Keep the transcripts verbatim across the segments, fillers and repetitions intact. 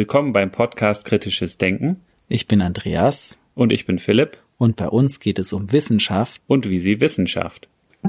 Willkommen beim Podcast Kritisches Denken. Ich bin Andreas. Und ich bin Philipp. Und bei uns geht es um Wissenschaft. Und wie sie Wissenschaft.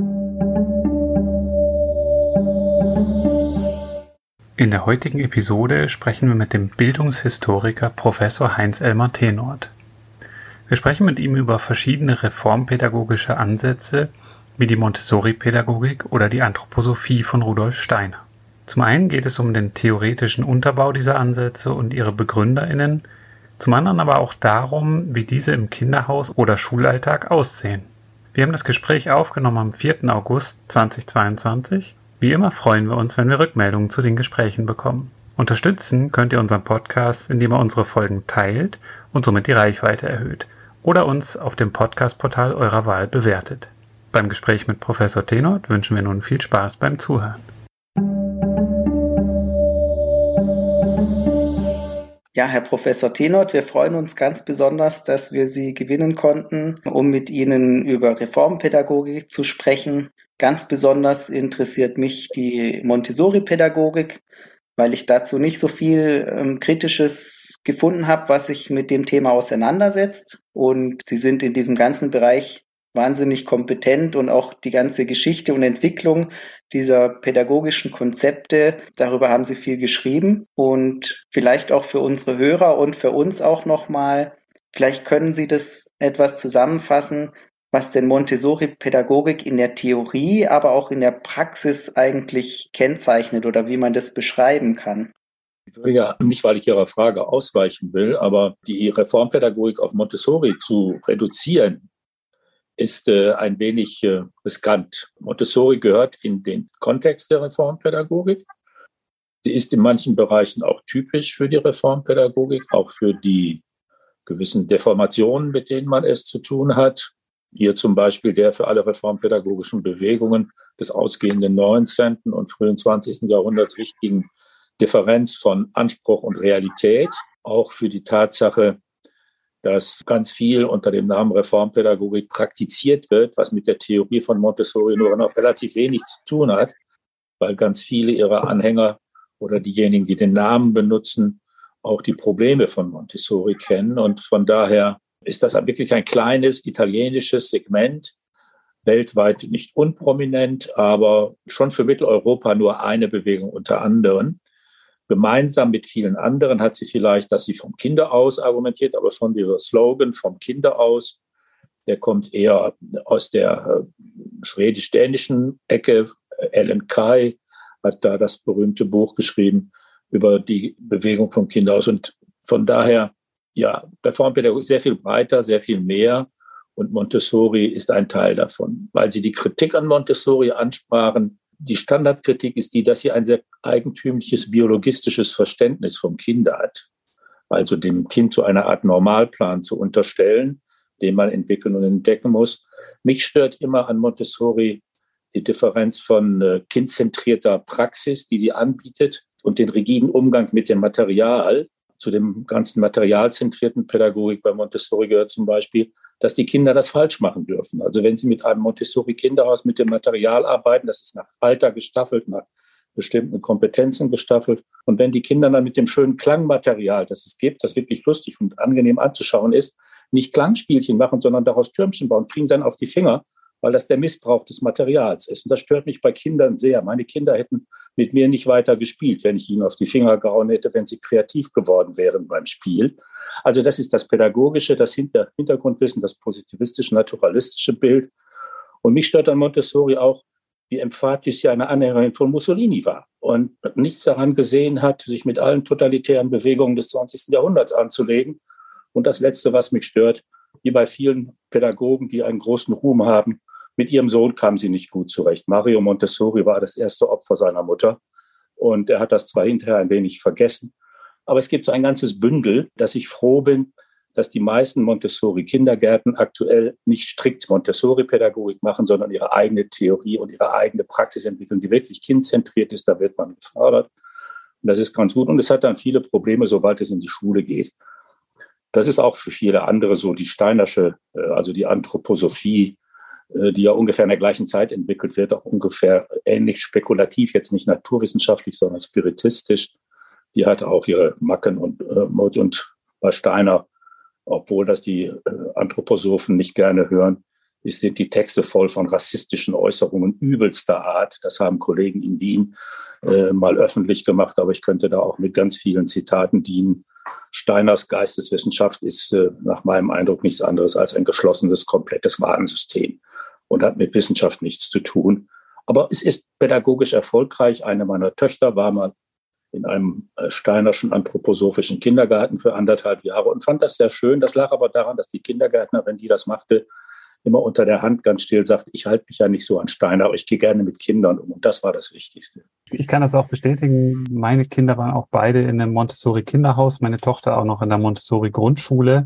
In der heutigen Episode sprechen wir mit dem Bildungshistoriker Professor Heinz-Elmar Thenort. Wir sprechen mit ihm über verschiedene reformpädagogische Ansätze, wie die Montessori-Pädagogik oder die Anthroposophie von Rudolf Steiner. Zum einen geht es um den theoretischen Unterbau dieser Ansätze und ihre BegründerInnen, zum anderen aber auch darum, wie diese im Kinderhaus oder Schulalltag aussehen. Wir haben das Gespräch aufgenommen am vierten August zweitausendzweiundzwanzig. Wie immer freuen wir uns, wenn wir Rückmeldungen zu den Gesprächen bekommen. Unterstützen könnt ihr unseren Podcast, indem ihr unsere Folgen teilt und somit die Reichweite erhöht oder uns auf dem Podcast-Portal eurer Wahl bewertet. Beim Gespräch mit Professor Thenort wünschen wir nun viel Spaß beim Zuhören. Ja, Herr Professor Thenort, wir freuen uns ganz besonders, dass wir Sie gewinnen konnten, um mit Ihnen über Reformpädagogik zu sprechen. Ganz besonders interessiert mich die Montessori-Pädagogik, weil ich dazu nicht so viel ähm, Kritisches gefunden habe, was sich mit dem Thema auseinandersetzt. Und Sie sind in diesem ganzen Bereich wahnsinnig kompetent und auch die ganze Geschichte und Entwicklung dieser pädagogischen Konzepte, darüber haben Sie viel geschrieben. Und vielleicht auch für unsere Hörer und für uns auch nochmal, vielleicht können Sie das etwas zusammenfassen, was denn Montessori-Pädagogik in der Theorie, aber auch in der Praxis eigentlich kennzeichnet oder wie man das beschreiben kann. Ich würde ja nicht, weil ich Ihrer Frage ausweichen will, aber die Reformpädagogik auf Montessori zu reduzieren, ist äh, ein wenig äh, riskant. Montessori gehört in den Kontext der Reformpädagogik. Sie ist in manchen Bereichen auch typisch für die Reformpädagogik, auch für die gewissen Deformationen, mit denen man es zu tun hat. Hier zum Beispiel der für alle reformpädagogischen Bewegungen des ausgehenden neunzehnten und frühen zwanzigsten Jahrhunderts wichtigen Differenz von Anspruch und Realität, auch für die Tatsache, dass ganz viel unter dem Namen Reformpädagogik praktiziert wird, was mit der Theorie von Montessori nur noch relativ wenig zu tun hat, weil ganz viele ihrer Anhänger oder diejenigen, die den Namen benutzen, auch die Probleme von Montessori kennen. Und von daher ist das wirklich ein kleines italienisches Segment, weltweit nicht unprominent, aber schon für Mitteleuropa nur eine Bewegung unter anderen. Gemeinsam mit vielen anderen hat sie vielleicht, dass sie vom Kinder aus argumentiert, aber schon dieser Slogan vom Kinder aus, der kommt eher aus der schwedisch-dänischen Ecke. Ellen Key hat da das berühmte Buch geschrieben über die Bewegung vom Kinder aus. Und von daher, ja, Reformpädagogik sehr viel breiter, sehr viel mehr. Und Montessori ist ein Teil davon. Weil Sie die Kritik an Montessori ansprachen, die Standardkritik ist die, dass sie ein sehr eigentümliches biologistisches Verständnis vom Kind hat. Also dem Kind so eine Art Normalplan zu unterstellen, den man entwickeln und entdecken muss. Mich stört immer an Montessori die Differenz von äh, kindzentrierter Praxis, die sie anbietet, und den rigiden Umgang mit dem Material. Zu dem ganzen materialzentrierten Pädagogik bei Montessori gehört zum Beispiel, dass die Kinder das falsch machen dürfen. Also wenn sie mit einem Montessori-Kinderhaus mit dem Material arbeiten, das ist nach Alter gestaffelt, nach bestimmten Kompetenzen gestaffelt. Und wenn die Kinder dann mit dem schönen Klangmaterial, das es gibt, das wirklich lustig und angenehm anzuschauen ist, nicht Klangspielchen machen, sondern daraus Türmchen bauen, kriegen sie dann auf die Finger, weil das der Missbrauch des Materials ist. Und das stört mich bei Kindern sehr. Meine Kinder hätten mit mir nicht weiter gespielt, wenn ich ihnen auf die Finger gehauen hätte, wenn sie kreativ geworden wären beim Spiel. Also das ist das pädagogische, das Hinter- Hintergrundwissen, das positivistische, naturalistische Bild. Und mich stört an Montessori auch, wie emphatisch sie eine Anhängerin von Mussolini war und nichts daran gesehen hat, sich mit allen totalitären Bewegungen des zwanzigsten Jahrhunderts anzulegen. Und das Letzte, was mich stört, wie bei vielen Pädagogen, die einen großen Ruhm haben, mit ihrem Sohn kam sie nicht gut zurecht. Mario Montessori war das erste Opfer seiner Mutter und er hat das zwar hinterher ein wenig vergessen, aber es gibt so ein ganzes Bündel, dass ich froh bin, dass die meisten Montessori-Kindergärten aktuell nicht strikt Montessori-Pädagogik machen, sondern ihre eigene Theorie und ihre eigene Praxis entwickeln, die wirklich kindzentriert ist. Da wird man gefördert. Und das ist ganz gut. Und es hat dann viele Probleme, sobald es in die Schule geht. Das ist auch für viele andere so. Die Steinersche, also die Anthroposophie, die ja ungefähr in der gleichen Zeit entwickelt wird, auch ungefähr ähnlich spekulativ, jetzt nicht naturwissenschaftlich, sondern spiritistisch. Die hatte auch ihre Macken und äh, Mut. Und bei Steiner, obwohl das die äh, Anthroposophen nicht gerne hören, ist, sind die Texte voll von rassistischen Äußerungen übelster Art. Das haben Kollegen in Wien äh, mal öffentlich gemacht, aber ich könnte da auch mit ganz vielen Zitaten dienen. Steiners Geisteswissenschaft ist äh, nach meinem Eindruck nichts anderes als ein geschlossenes, komplettes Warensystem und hat mit Wissenschaft nichts zu tun. Aber es ist pädagogisch erfolgreich. Eine meiner Töchter war mal in einem äh, steinerschen anthroposophischen Kindergarten für anderthalb Jahre und fand das sehr schön. Das lag aber daran, dass die Kindergärtnerin, die das machte, immer unter der Hand ganz still sagt, ich halte mich ja nicht so an Steiner, aber ich gehe gerne mit Kindern um. Und das war das Wichtigste. Ich kann das auch bestätigen. Meine Kinder waren auch beide in einem Montessori-Kinderhaus, meine Tochter auch noch in der Montessori-Grundschule.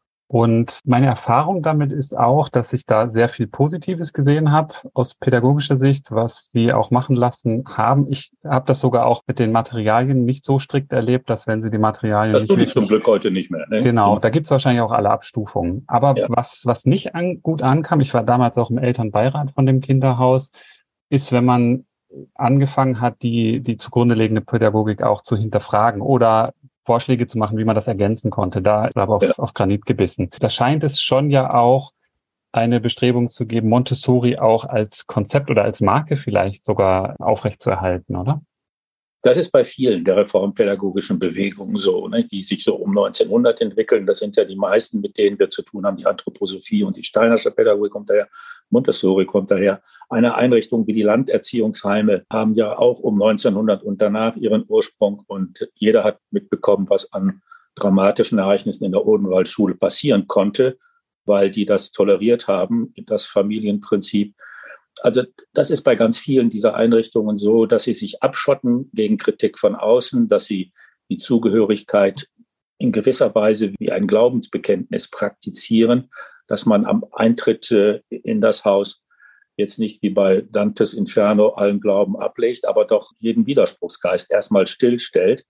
Und meine Erfahrung damit ist auch, dass ich da sehr viel Positives gesehen habe aus pädagogischer Sicht, was sie auch machen lassen haben. Ich habe das sogar auch mit den Materialien nicht so strikt erlebt, dass wenn sie die Materialien das nicht tut wirklich... zum Glück heute nicht mehr. Ne? Genau, da gibt es wahrscheinlich auch alle Abstufungen. Aber ja. was was nicht an, gut ankam, ich war damals auch im Elternbeirat von dem Kinderhaus, ist, wenn man angefangen hat, die die zugrunde liegende Pädagogik auch zu hinterfragen oder Vorschläge zu machen, wie man das ergänzen konnte. Da ist aber auf, ja. auf Granit gebissen. Da scheint es schon ja auch eine Bestrebung zu geben, Montessori auch als Konzept oder als Marke vielleicht sogar aufrechtzuerhalten, oder? Das ist bei vielen der reformpädagogischen Bewegungen so, ne, die sich so um neunzehnhundert entwickeln. Das sind ja die meisten, mit denen wir zu tun haben. Die Anthroposophie und die Steinersche Pädagogik kommt daher, Montessori kommt daher. Eine Einrichtung wie die Landerziehungsheime haben ja auch um neunzehnhundert und danach ihren Ursprung. Und jeder hat mitbekommen, was an dramatischen Ereignissen in der Odenwaldschule passieren konnte, weil die das toleriert haben, das Familienprinzip. Also das ist bei ganz vielen dieser Einrichtungen so, dass sie sich abschotten gegen Kritik von außen, dass sie die Zugehörigkeit in gewisser Weise wie ein Glaubensbekenntnis praktizieren, dass man am Eintritt in das Haus jetzt nicht wie bei Dantes Inferno allen Glauben ablegt, aber doch jeden Widerspruchsgeist erstmal stillstellt.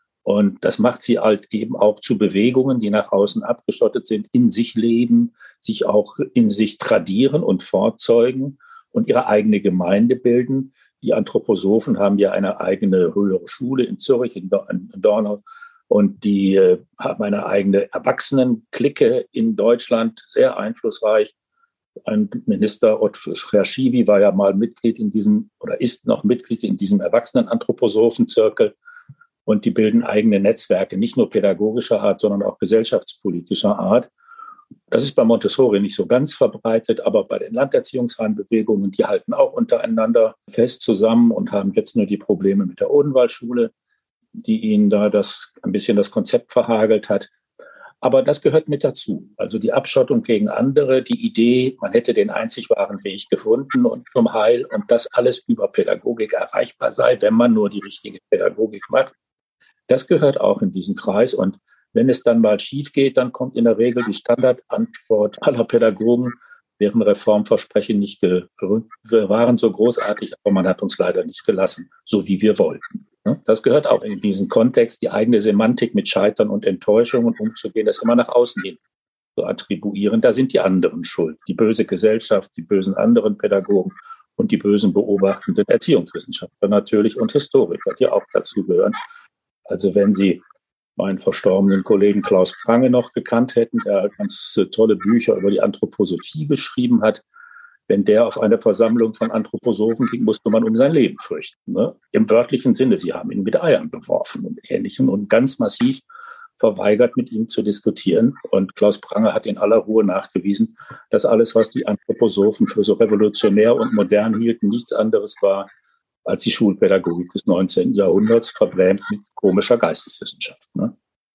Und das macht sie halt eben auch zu Bewegungen, die nach außen abgeschottet sind, in sich leben, sich auch in sich tradieren und fortzeugen und ihre eigene Gemeinde bilden. Die Anthroposophen haben ja eine eigene höhere Schule in Zürich, in Dornau. Und die äh, haben eine eigene Erwachsenenklicke in Deutschland, sehr einflussreich. Ein Minister, Otto Schiavi, war ja mal Mitglied in diesem, oder ist noch Mitglied in diesem Erwachsenen-Anthroposophen-Zirkel. Und die bilden eigene Netzwerke, nicht nur pädagogischer Art, sondern auch gesellschaftspolitischer Art. Das ist bei Montessori nicht so ganz verbreitet, aber bei den Landerziehungsheimbewegungen, die halten auch untereinander fest zusammen und haben jetzt nur die Probleme mit der Odenwaldschule, die ihnen da das ein bisschen das Konzept verhagelt hat. Aber das gehört mit dazu. Also die Abschottung gegen andere, die Idee, man hätte den einzig wahren Weg gefunden und zum Heil und das alles über Pädagogik erreichbar sei, wenn man nur die richtige Pädagogik macht. Das gehört auch in diesen Kreis. Und wenn es dann mal schief geht, dann kommt in der Regel die Standardantwort aller Pädagogen, deren Reformversprechen nicht gerühmt. Wir waren so großartig, aber man hat uns leider nicht gelassen, so wie wir wollten. Das gehört auch in diesen Kontext, die eigene Semantik mit Scheitern und Enttäuschungen umzugehen, das immer nach außen hin zu attribuieren. Da sind die anderen schuld. Die böse Gesellschaft, die bösen anderen Pädagogen und die bösen beobachtenden Erziehungswissenschaftler natürlich und Historiker, die auch dazu gehören. Also wenn Sie meinen verstorbenen Kollegen Klaus Prange noch gekannt hätten, der ganz tolle Bücher über die Anthroposophie geschrieben hat, wenn der auf eine Versammlung von Anthroposophen ging, musste man um sein Leben fürchten. Ne? Im wörtlichen Sinne, sie haben ihn mit Eiern beworfen und Ähnlichem und ganz massiv verweigert, mit ihm zu diskutieren. Und Klaus Prange hat in aller Ruhe nachgewiesen, dass alles, was die Anthroposophen für so revolutionär und modern hielten, nichts anderes war als die Schulpädagogik des neunzehnten Jahrhunderts, verbrämt mit komischer Geisteswissenschaft. Ne?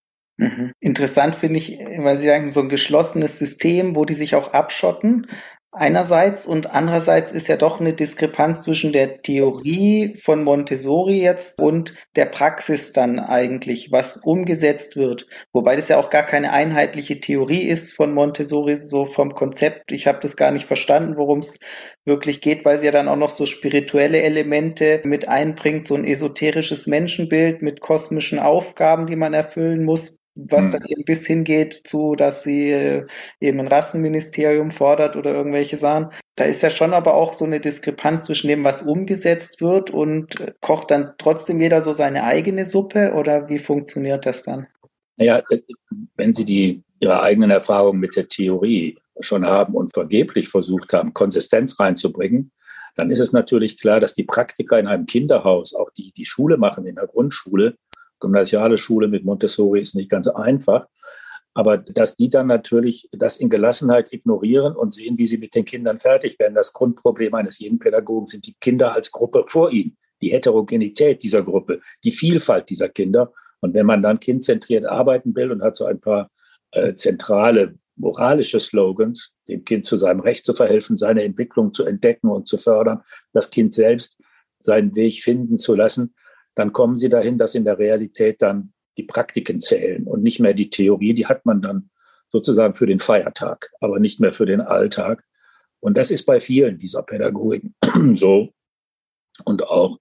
Mhm. Interessant finde ich, weil Sie sagen, so ein geschlossenes System, wo die sich auch abschotten. Einerseits und andererseits ist ja doch eine Diskrepanz zwischen der Theorie von Montessori jetzt und der Praxis dann eigentlich, was umgesetzt wird. Wobei das ja auch gar keine einheitliche Theorie ist von Montessori, so vom Konzept. Ich habe das gar nicht verstanden, worum es wirklich geht, weil sie ja dann auch noch so spirituelle Elemente mit einbringt, so ein esoterisches Menschenbild mit kosmischen Aufgaben, die man erfüllen muss. was dann eben bis hingeht zu, dass sie äh, eben ein Rassenministerium fordert oder irgendwelche Sachen. Da ist ja schon aber auch so eine Diskrepanz zwischen dem, was umgesetzt wird, und äh, kocht dann trotzdem jeder so seine eigene Suppe, oder wie funktioniert das dann? Naja, wenn Sie die, Ihre eigenen Erfahrungen mit der Theorie schon haben und vergeblich versucht haben, Konsistenz reinzubringen, dann ist es natürlich klar, dass die Praktiker in einem Kinderhaus, auch die die Schule machen in der Grundschule, gymnasiale Schule mit Montessori ist nicht ganz einfach, aber dass die dann natürlich das in Gelassenheit ignorieren und sehen, wie sie mit den Kindern fertig werden. Das Grundproblem eines jeden Pädagogen sind die Kinder als Gruppe vor ihnen, die Heterogenität dieser Gruppe, die Vielfalt dieser Kinder. Und wenn man dann kindzentriert arbeiten will und hat so ein paar äh, zentrale moralische Slogans, dem Kind zu seinem Recht zu verhelfen, seine Entwicklung zu entdecken und zu fördern, das Kind selbst seinen Weg finden zu lassen, dann kommen sie dahin, dass in der Realität dann die Praktiken zählen und nicht mehr die Theorie. Die hat man dann sozusagen für den Feiertag, aber nicht mehr für den Alltag. Und das ist bei vielen dieser Pädagogiken so. Und auch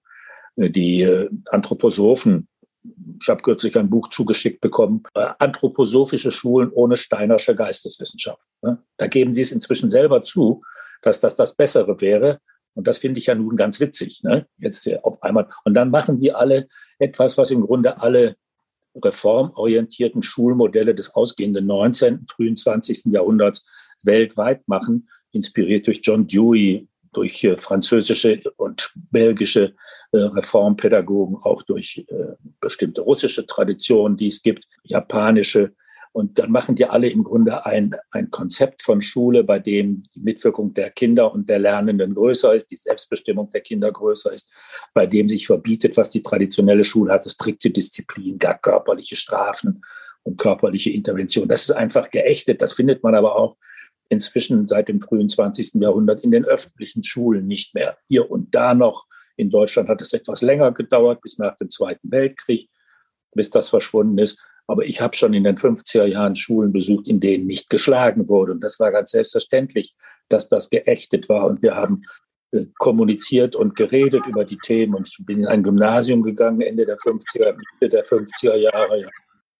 die Anthroposophen. Ich habe kürzlich ein Buch zugeschickt bekommen, Anthroposophische Schulen ohne steinersche Geisteswissenschaft. Da geben sie es inzwischen selber zu, dass das das Bessere wäre. Und das finde ich ja nun ganz witzig, ne? Jetzt auf einmal. Und dann machen die alle etwas, was im Grunde alle reformorientierten Schulmodelle des ausgehenden neunzehnten, frühen zwanzigsten Jahrhunderts weltweit machen, inspiriert durch John Dewey, durch äh, französische und belgische äh, Reformpädagogen, auch durch äh, bestimmte russische Traditionen, die es gibt, japanische. Und dann machen die alle im Grunde ein, ein Konzept von Schule, bei dem die Mitwirkung der Kinder und der Lernenden größer ist, die Selbstbestimmung der Kinder größer ist, bei dem sich verbietet, was die traditionelle Schule hat, strikte Disziplin, gar körperliche Strafen und körperliche Intervention. Das ist einfach geächtet. Das findet man aber auch inzwischen seit dem frühen zwanzigsten Jahrhundert in den öffentlichen Schulen nicht mehr. Hier und da noch. In Deutschland hat es etwas länger gedauert, bis nach dem Zweiten Weltkrieg, bis das verschwunden ist. Aber ich habe schon in den fünfziger Jahren Schulen besucht, in denen nicht geschlagen wurde. Und das war ganz selbstverständlich, dass das geächtet war. Und wir haben äh, kommuniziert und geredet über die Themen. Und ich bin in ein Gymnasium gegangen, Ende der fünfziger, Mitte der fünfziger Jahre. Ja.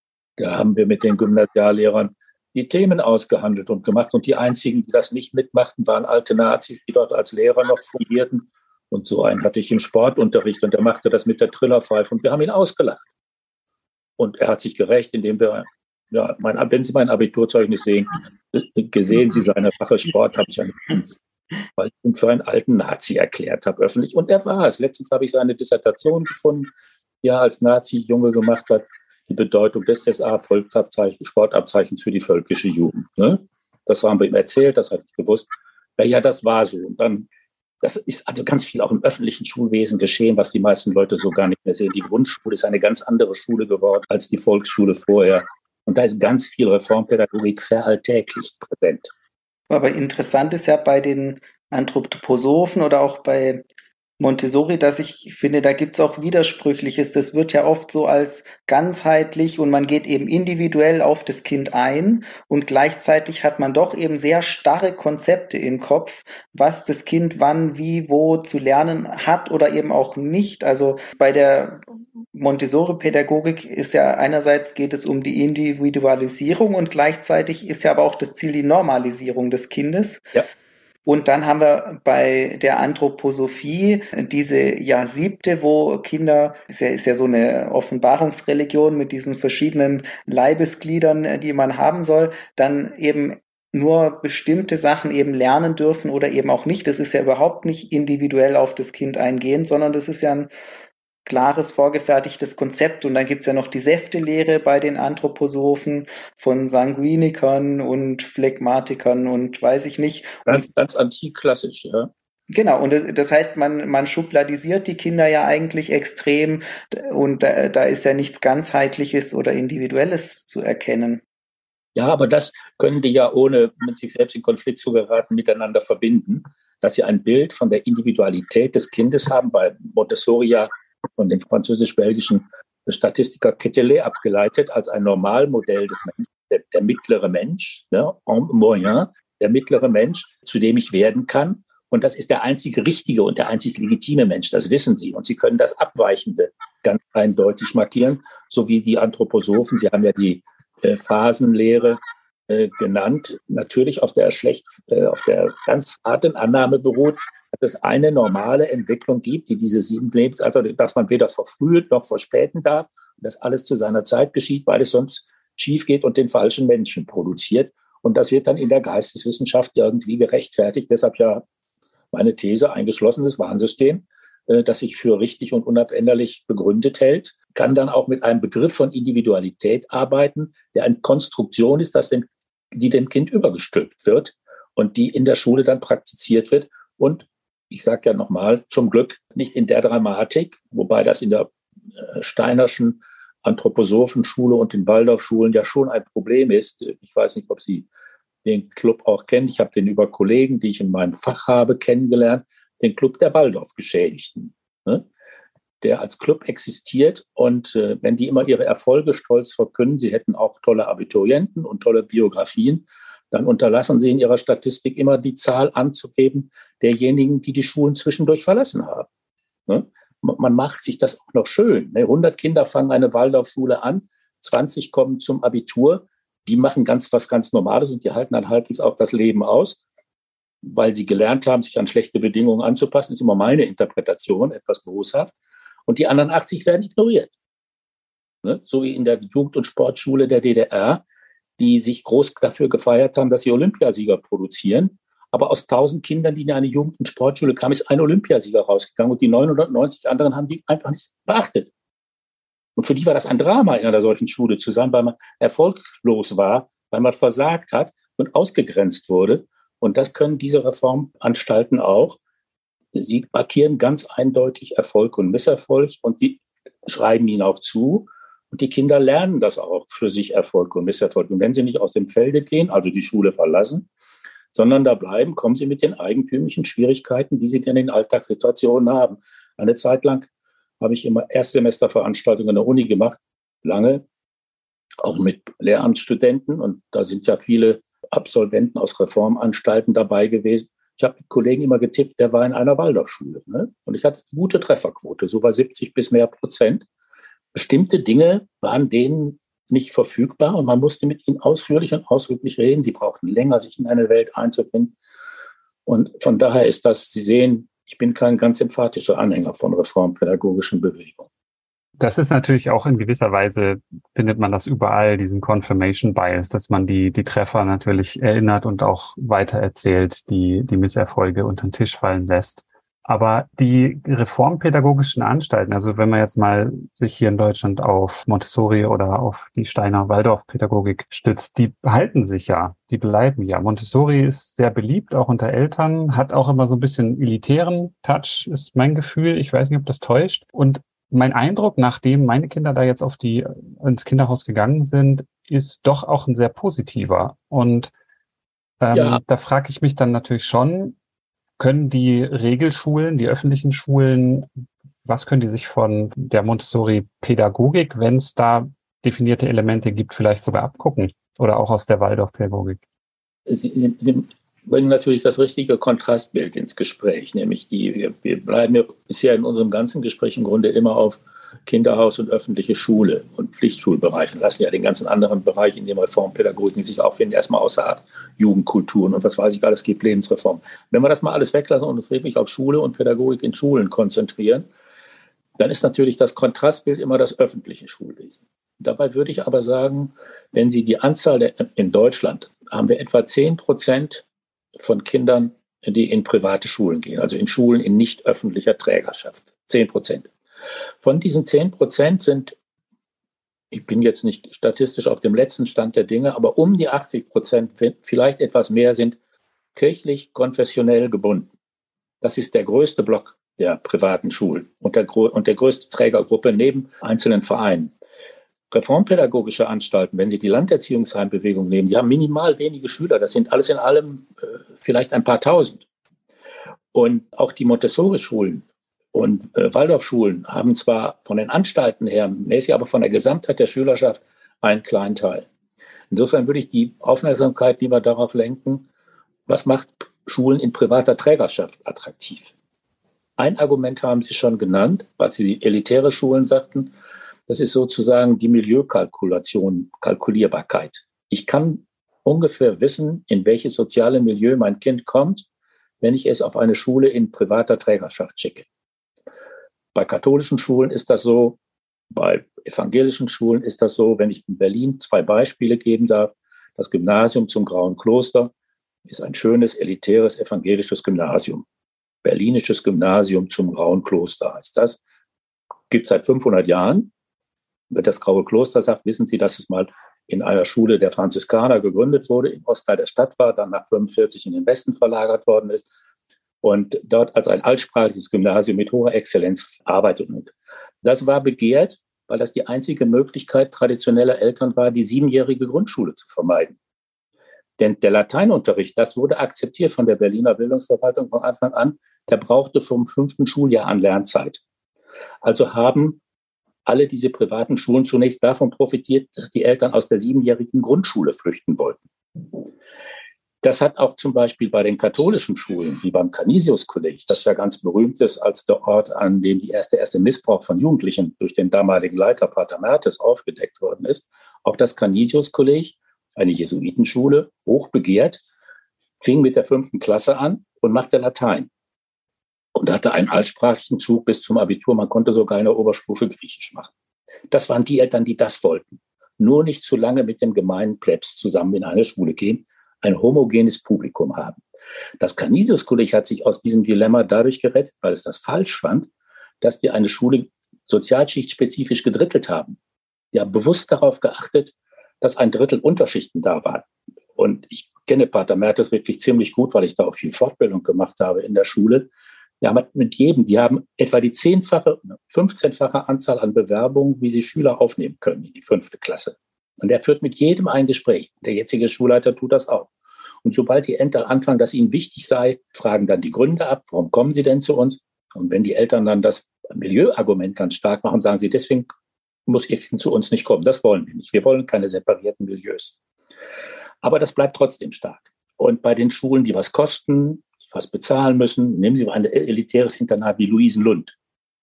Da haben wir mit den Gymnasiallehrern die Themen ausgehandelt und gemacht. Und die einzigen, die das nicht mitmachten, waren alte Nazis, die dort als Lehrer noch fungierten. Und so einen hatte ich im Sportunterricht und der machte das mit der Trillerpfeife. Und wir haben ihn ausgelacht. Und er hat sich gerecht, indem wir, ja, mein, wenn Sie mein Abiturzeugnis sehen, gesehen Sie seine Wache Sport, habe ich eine fünf, weil ich ihn für einen alten Nazi erklärt habe, öffentlich. Und er war es. Letztens habe ich seine Dissertation gefunden, die er als Nazi-Junge gemacht hat, die Bedeutung des S A-Sportabzeichens für die völkische Jugend. Ne? Das haben wir ihm erzählt, das hatte ich gewusst. Ja, ja, das war so. Und dann, das ist also ganz viel auch im öffentlichen Schulwesen geschehen, was die meisten Leute so gar nicht mehr sehen. Die Grundschule ist eine ganz andere Schule geworden als die Volksschule vorher. Und da ist ganz viel Reformpädagogik veralltäglicht präsent. Aber interessant ist ja bei den Anthroposophen oder auch bei Montessori, dass ich finde, da gibt es auch Widersprüchliches. Das wird ja oft so als ganzheitlich und man geht eben individuell auf das Kind ein und gleichzeitig hat man doch eben sehr starre Konzepte im Kopf, was das Kind wann, wie, wo zu lernen hat oder eben auch nicht. Also bei der Montessori-Pädagogik ist ja einerseits geht es um die Individualisierung und gleichzeitig ist ja aber auch das Ziel die Normalisierung des Kindes. Ja. Und dann haben wir bei der Anthroposophie diese ja siebte, wo Kinder, ist ja, ist ja so eine Offenbarungsreligion mit diesen verschiedenen Leibesgliedern, die man haben soll, dann eben nur bestimmte Sachen eben lernen dürfen oder eben auch nicht. Das ist ja überhaupt nicht individuell auf das Kind eingehend, sondern das ist ja ein klares, vorgefertigtes Konzept. Und dann gibt's ja noch die Säftelehre bei den Anthroposophen von Sanguinikern und Phlegmatikern und weiß ich nicht. Ganz, ganz antik klassisch, ja. Genau, und das, das heißt, man, man schubladisiert die Kinder ja eigentlich extrem und da, da ist ja nichts Ganzheitliches oder Individuelles zu erkennen. Ja, aber das können die ja, ohne mit sich selbst in Konflikt zu geraten, miteinander verbinden, dass sie ein Bild von der Individualität des Kindes haben, bei Montessori ja von dem französisch-belgischen Statistiker Quetelet abgeleitet als ein Normalmodell des Menschen, der, der mittlere Mensch, ne, en moyen, der mittlere Mensch, zu dem ich werden kann. Und das ist der einzige richtige und der einzig legitime Mensch, das wissen Sie. Und Sie können das Abweichende ganz eindeutig markieren, so wie die Anthroposophen. Sie haben ja die äh, Phasenlehre äh, genannt, natürlich auf der schlecht, äh, auf der ganz harten Annahme beruht, dass es eine normale Entwicklung gibt, die diese sieben Lebensalter, dass man weder verfrüht noch verspäten darf, und dass alles zu seiner Zeit geschieht, weil es sonst schief geht und den falschen Menschen produziert. Und das wird dann in der Geisteswissenschaft irgendwie gerechtfertigt. Deshalb ja meine These, ein geschlossenes Warnsystem, äh, das sich für richtig und unabänderlich begründet hält, kann dann auch mit einem Begriff von Individualität arbeiten, der eine Konstruktion ist, dass dem, die dem Kind übergestülpt wird und die in der Schule dann praktiziert wird. Und ich sage ja nochmal, zum Glück nicht in der Dramatik, wobei das in der äh, Steinerschen Anthroposophenschule und den Waldorfschulen ja schon ein Problem ist. Ich weiß nicht, ob Sie den Club auch kennen. Ich habe den über Kollegen, die ich in meinem Fach habe, kennengelernt. Den Club der Waldorfgeschädigten, ne? Der als Club existiert. Und äh, wenn die immer ihre Erfolge stolz verkünden, sie hätten auch tolle Abiturienten und tolle Biografien, dann unterlassen sie in ihrer Statistik immer die Zahl anzugeben derjenigen, die die Schulen zwischendurch verlassen haben. Ne? Man macht sich das auch noch schön. Ne? hundert Kinder fangen eine Waldorfschule an, zwanzig kommen zum Abitur. Die machen ganz was ganz Normales und die halten dann halbwegs auch das Leben aus, weil sie gelernt haben, sich an schlechte Bedingungen anzupassen. Das ist immer meine Interpretation, etwas boshaft. Und die anderen achtzig werden ignoriert. Ne? So wie in der Jugend- und Sportschule der D D R, die sich groß dafür gefeiert haben, dass sie Olympiasieger produzieren. Aber aus tausend Kindern, die in eine Jugend- und Sportschule kamen, ist ein Olympiasieger rausgegangen und die neunhundertneunzig anderen haben die einfach nicht beachtet. Und für die war das ein Drama, in einer solchen Schule zu sein, weil man erfolglos war, weil man versagt hat und ausgegrenzt wurde. Und das können diese Reformanstalten auch. Sie markieren ganz eindeutig Erfolg und Misserfolg und sie schreiben ihn auch zu. Und die Kinder lernen das auch für sich, Erfolg und Misserfolg. Und wenn sie nicht aus dem Felde gehen, also die Schule verlassen, sondern da bleiben, kommen sie mit den eigentümlichen Schwierigkeiten, die sie in den Alltagssituationen haben. Eine Zeit lang habe ich immer Erstsemesterveranstaltungen an der Uni gemacht, lange, auch mit Lehramtsstudenten. Und da sind ja viele Absolventen aus Reformanstalten dabei gewesen. Ich habe mit Kollegen immer getippt, wer war in einer Waldorfschule. Ne? Und ich hatte eine gute Trefferquote, so bei siebzig bis mehr Prozent. Bestimmte Dinge waren denen nicht verfügbar und man musste mit ihnen ausführlich und ausdrücklich reden. Sie brauchten länger, sich in eine Welt einzufinden. Und von daher ist das, Sie sehen, ich bin kein ganz emphatischer Anhänger von reformpädagogischen Bewegungen. Das ist natürlich auch in gewisser Weise, findet man das überall, diesen Confirmation Bias, dass man die, die Treffer natürlich erinnert und auch weitererzählt, die, die Misserfolge unter den Tisch fallen lässt. Aber die reformpädagogischen Anstalten, also wenn man jetzt mal sich hier in Deutschland auf Montessori oder auf die Steiner Waldorfpädagogik stützt, die behalten sich ja, die bleiben ja. Montessori ist sehr beliebt, auch unter Eltern, hat auch immer so ein bisschen elitären Touch, ist mein Gefühl. Ich weiß nicht, ob das täuscht. Und mein Eindruck, nachdem meine Kinder da jetzt auf die, ins Kinderhaus gegangen sind, ist doch auch ein sehr positiver. Und ähm, ja. Da frage ich mich dann natürlich schon, können die Regelschulen, die öffentlichen Schulen, was können die sich von der Montessori-Pädagogik, wenn es da definierte Elemente gibt, vielleicht sogar abgucken? Oder auch aus der Waldorf-Pädagogik? Sie, Sie bringen natürlich das richtige Kontrastbild ins Gespräch, nämlich die, wir, wir bleiben ja bisher in unserem ganzen Gespräch im Grunde immer auf Kinderhaus und öffentliche Schule und Pflichtschulbereich und lassen ja den ganzen anderen Bereich, in dem Reformpädagogiken sich auch finden, erstmal außer Acht. Jugendkulturen und was weiß ich alles gibt, Lebensreform. Wenn wir das mal alles weglassen und uns wirklich auf Schule und Pädagogik in Schulen konzentrieren, dann ist natürlich das Kontrastbild immer das öffentliche Schulwesen. Dabei würde ich aber sagen, wenn Sie die Anzahl der, in Deutschland haben wir etwa zehn Prozent von Kindern, die in private Schulen gehen, also in Schulen in nicht öffentlicher Trägerschaft. zehn Prozent. Von diesen zehn Prozent sind, ich bin jetzt nicht statistisch auf dem letzten Stand der Dinge, aber um die achtzig Prozent, vielleicht etwas mehr, sind kirchlich konfessionell gebunden. Das ist der größte Block der privaten Schulen und der, und der größte Trägergruppe neben einzelnen Vereinen. Reformpädagogische Anstalten, wenn Sie die Landerziehungsheimbewegung nehmen, die haben minimal wenige Schüler. Das sind alles in allem äh, vielleicht ein paar tausend. Und auch die Montessori-Schulen und äh, Waldorfschulen haben zwar von den Anstalten her mäßig, aber von der Gesamtheit der Schülerschaft einen kleinen Teil. Insofern würde ich die Aufmerksamkeit lieber darauf lenken, was macht Schulen in privater Trägerschaft attraktiv. Ein Argument haben Sie schon genannt, weil Sie die elitäre Schulen sagten. Das ist sozusagen die Milieukalkulation, Kalkulierbarkeit. Ich kann ungefähr wissen, in welches soziale Milieu mein Kind kommt, wenn ich es auf eine Schule in privater Trägerschaft schicke. Bei katholischen Schulen ist das so, bei evangelischen Schulen ist das so. Wenn ich in Berlin zwei Beispiele geben darf, das Gymnasium zum Grauen Kloster ist ein schönes, elitäres, evangelisches Gymnasium. Berlinisches Gymnasium zum Grauen Kloster heißt das. Gibt es seit fünfhundert Jahren. Wenn das Graue Kloster sagt, wissen Sie, dass es mal in einer Schule der Franziskaner gegründet wurde, im Ostteil der Stadt war, dann nach fünfundvierzig in den Westen verlagert worden ist und dort als ein altsprachliches Gymnasium mit hoher Exzellenz arbeitet. Und das war begehrt, weil das die einzige Möglichkeit traditioneller Eltern war, die siebenjährige Grundschule zu vermeiden. Denn der Lateinunterricht, das wurde akzeptiert von der Berliner Bildungsverwaltung von Anfang an, der brauchte vom fünften Schuljahr an Lernzeit. Also haben alle diese privaten Schulen zunächst davon profitiert, dass die Eltern aus der siebenjährigen Grundschule flüchten wollten. Das hat auch zum Beispiel bei den katholischen Schulen, wie beim Canisius-Kolleg, das ja ganz berühmt ist als der Ort, an dem die erste, erste Missbrauch von Jugendlichen durch den damaligen Leiter Pater Mertes aufgedeckt worden ist. Auch das Canisius-Kolleg, eine Jesuitenschule, hochbegehrt, fing mit der fünften Klasse an und machte Latein. Und hatte einen altsprachlichen Zug bis zum Abitur. Man konnte sogar in der Oberstufe Griechisch machen. Das waren die Eltern, die das wollten. Nur nicht zu lange mit dem gemeinen Plebs zusammen in eine Schule gehen, ein homogenes Publikum haben. Das Canisius-Kolleg hat sich aus diesem Dilemma dadurch gerettet, weil es das falsch fand, dass die eine Schule sozialschichtspezifisch gedrittelt haben. Die haben bewusst darauf geachtet, dass ein Drittel Unterschichten da waren. Und ich kenne Pater Mertes wirklich ziemlich gut, weil ich da auch viel Fortbildung gemacht habe in der Schule. Wir haben mit jedem, die haben etwa die zehnfache, fünfzehnfache Anzahl an Bewerbungen, wie sie Schüler aufnehmen können in die fünfte Klasse. Und er führt mit jedem ein Gespräch. Der jetzige Schulleiter tut das auch. Und sobald die Eltern anfangen, dass ihnen wichtig sei, fragen dann die Gründe ab, warum kommen sie denn zu uns? Und wenn die Eltern dann das Milieuargument ganz stark machen, sagen sie, deswegen muss ihr Kind zu uns nicht kommen. Das wollen wir nicht. Wir wollen keine separierten Milieus. Aber das bleibt trotzdem stark. Und bei den Schulen, die was kosten, was bezahlen müssen, nehmen Sie ein elitäres Internat wie Luisenlund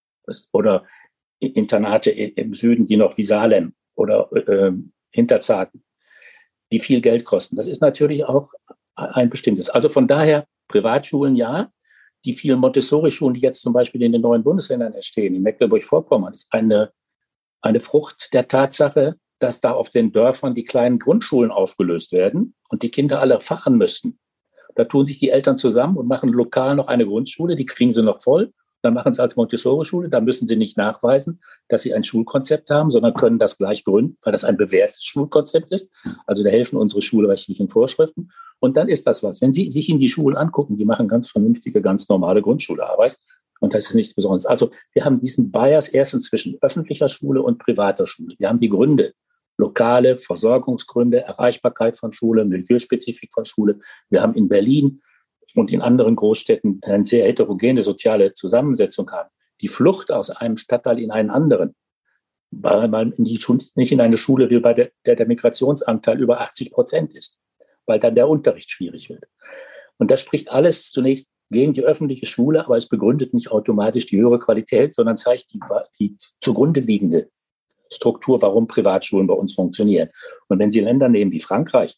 oder Internate im Süden, die noch wie Salem oder äh, Hinterzarten, die viel Geld kosten. Das ist natürlich auch ein bestimmtes. Also von daher Privatschulen ja, die vielen Montessori-Schulen, die jetzt zum Beispiel in den neuen Bundesländern entstehen, in Mecklenburg-Vorpommern, ist eine, eine Frucht der Tatsache, dass da auf den Dörfern die kleinen Grundschulen aufgelöst werden und die Kinder alle fahren müssten. Da tun sich die Eltern zusammen und machen lokal noch eine Grundschule, die kriegen sie noch voll. Dann machen sie als Montessori-Schule, da müssen sie nicht nachweisen, dass sie ein Schulkonzept haben, sondern können das gleich gründen, weil das ein bewährtes Schulkonzept ist. Also da helfen unsere schulrechtlichen Vorschriften. Und dann ist das was. Wenn Sie sich in die Schulen angucken, die machen ganz vernünftige, ganz normale Grundschularbeit. Und das ist nichts Besonderes. Also wir haben diesen Bias erstens zwischen öffentlicher Schule und privater Schule. Wir haben die Gründe. Lokale Versorgungsgründe, Erreichbarkeit von Schule, Milieuspezifik von Schule. Wir haben in Berlin und in anderen Großstädten eine sehr heterogene soziale Zusammensetzung haben. Die Flucht aus einem Stadtteil in einen anderen, weil man in die Schule, nicht in eine Schule will, bei der, der der Migrationsanteil über achtzig Prozent ist, weil dann der Unterricht schwierig wird. Und das spricht alles zunächst gegen die öffentliche Schule, aber es begründet nicht automatisch die höhere Qualität, sondern zeigt die, die zugrunde liegende Struktur, warum Privatschulen bei uns funktionieren. Und wenn Sie Länder nehmen wie Frankreich,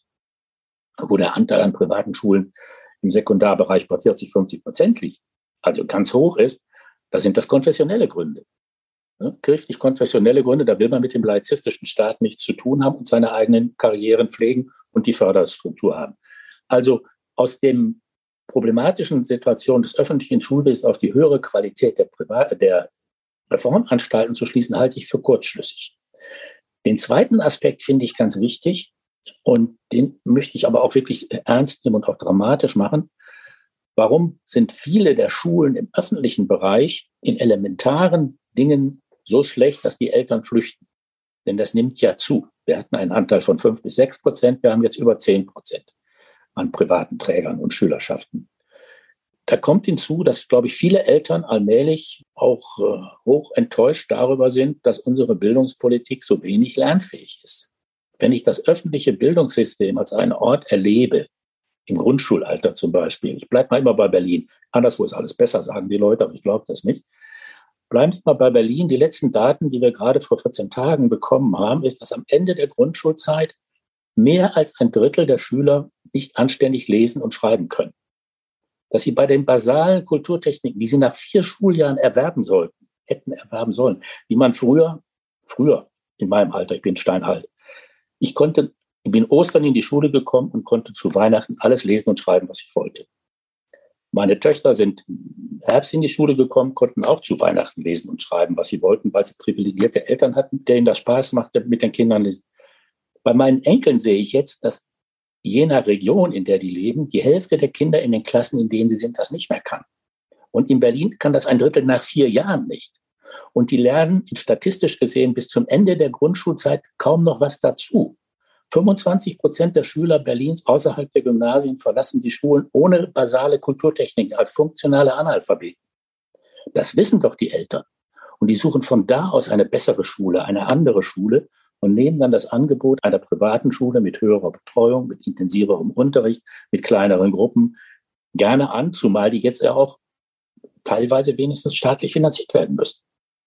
wo der Anteil an privaten Schulen im Sekundarbereich bei vierzig, fünfzig Prozent liegt, also ganz hoch ist, da sind das konfessionelle Gründe. Ja, kirchlich-konfessionelle Gründe, da will man mit dem laizistischen Staat nichts zu tun haben und seine eigenen Karrieren pflegen und die Förderstruktur haben. Also aus dem problematischen Situation des öffentlichen Schulwesens auf die höhere Qualität der, Privat- der Reformanstalten zu schließen, halte ich für kurzschlüssig. Den zweiten Aspekt finde ich ganz wichtig und den möchte ich aber auch wirklich ernst nehmen und auch dramatisch machen. Warum sind viele der Schulen im öffentlichen Bereich in elementaren Dingen so schlecht, dass die Eltern flüchten? Denn das nimmt ja zu. Wir hatten einen Anteil von fünf bis sechs Prozent, wir haben jetzt über zehn Prozent an privaten Trägern und Schülerschaften. Da kommt hinzu, dass, glaube ich, viele Eltern allmählich auch äh, hoch enttäuscht darüber sind, dass unsere Bildungspolitik so wenig lernfähig ist. Wenn ich das öffentliche Bildungssystem als einen Ort erlebe, im Grundschulalter zum Beispiel, ich bleibe mal immer bei Berlin, anderswo ist alles besser, sagen die Leute, aber ich glaube das nicht. Bleiben Sie mal bei Berlin. Die letzten Daten, die wir gerade vor vierzehn Tagen bekommen haben, ist, dass am Ende der Grundschulzeit mehr als ein Drittel der Schüler nicht anständig lesen und schreiben können. Dass sie bei den basalen Kulturtechniken, die sie nach vier Schuljahren erwerben sollten, hätten erwerben sollen, die man früher, früher in meinem Alter, ich bin steinalt, ich konnte, ich bin Ostern in die Schule gekommen und konnte zu Weihnachten alles lesen und schreiben, was ich wollte. Meine Töchter sind im Herbst in die Schule gekommen, konnten auch zu Weihnachten lesen und schreiben, was sie wollten, weil sie privilegierte Eltern hatten, denen das Spaß machte, mit den Kindern lesen. Bei meinen Enkeln sehe ich jetzt, dass je nach Region, in der die leben, die Hälfte der Kinder in den Klassen, in denen sie sind, das nicht mehr kann. Und in Berlin kann das ein Drittel nach vier Jahren nicht. Und die lernen statistisch gesehen bis zum Ende der Grundschulzeit kaum noch was dazu. fünfundzwanzig Prozent der Schüler Berlins außerhalb der Gymnasien verlassen die Schulen ohne basale Kulturtechniken als funktionale Analphabeten. Das wissen doch die Eltern. Und die suchen von da aus eine bessere Schule, eine andere Schule und nehmen dann das Angebot einer privaten Schule mit höherer Betreuung, mit intensiverem Unterricht, mit kleineren Gruppen gerne an, zumal die jetzt ja auch teilweise wenigstens staatlich finanziert werden müssen.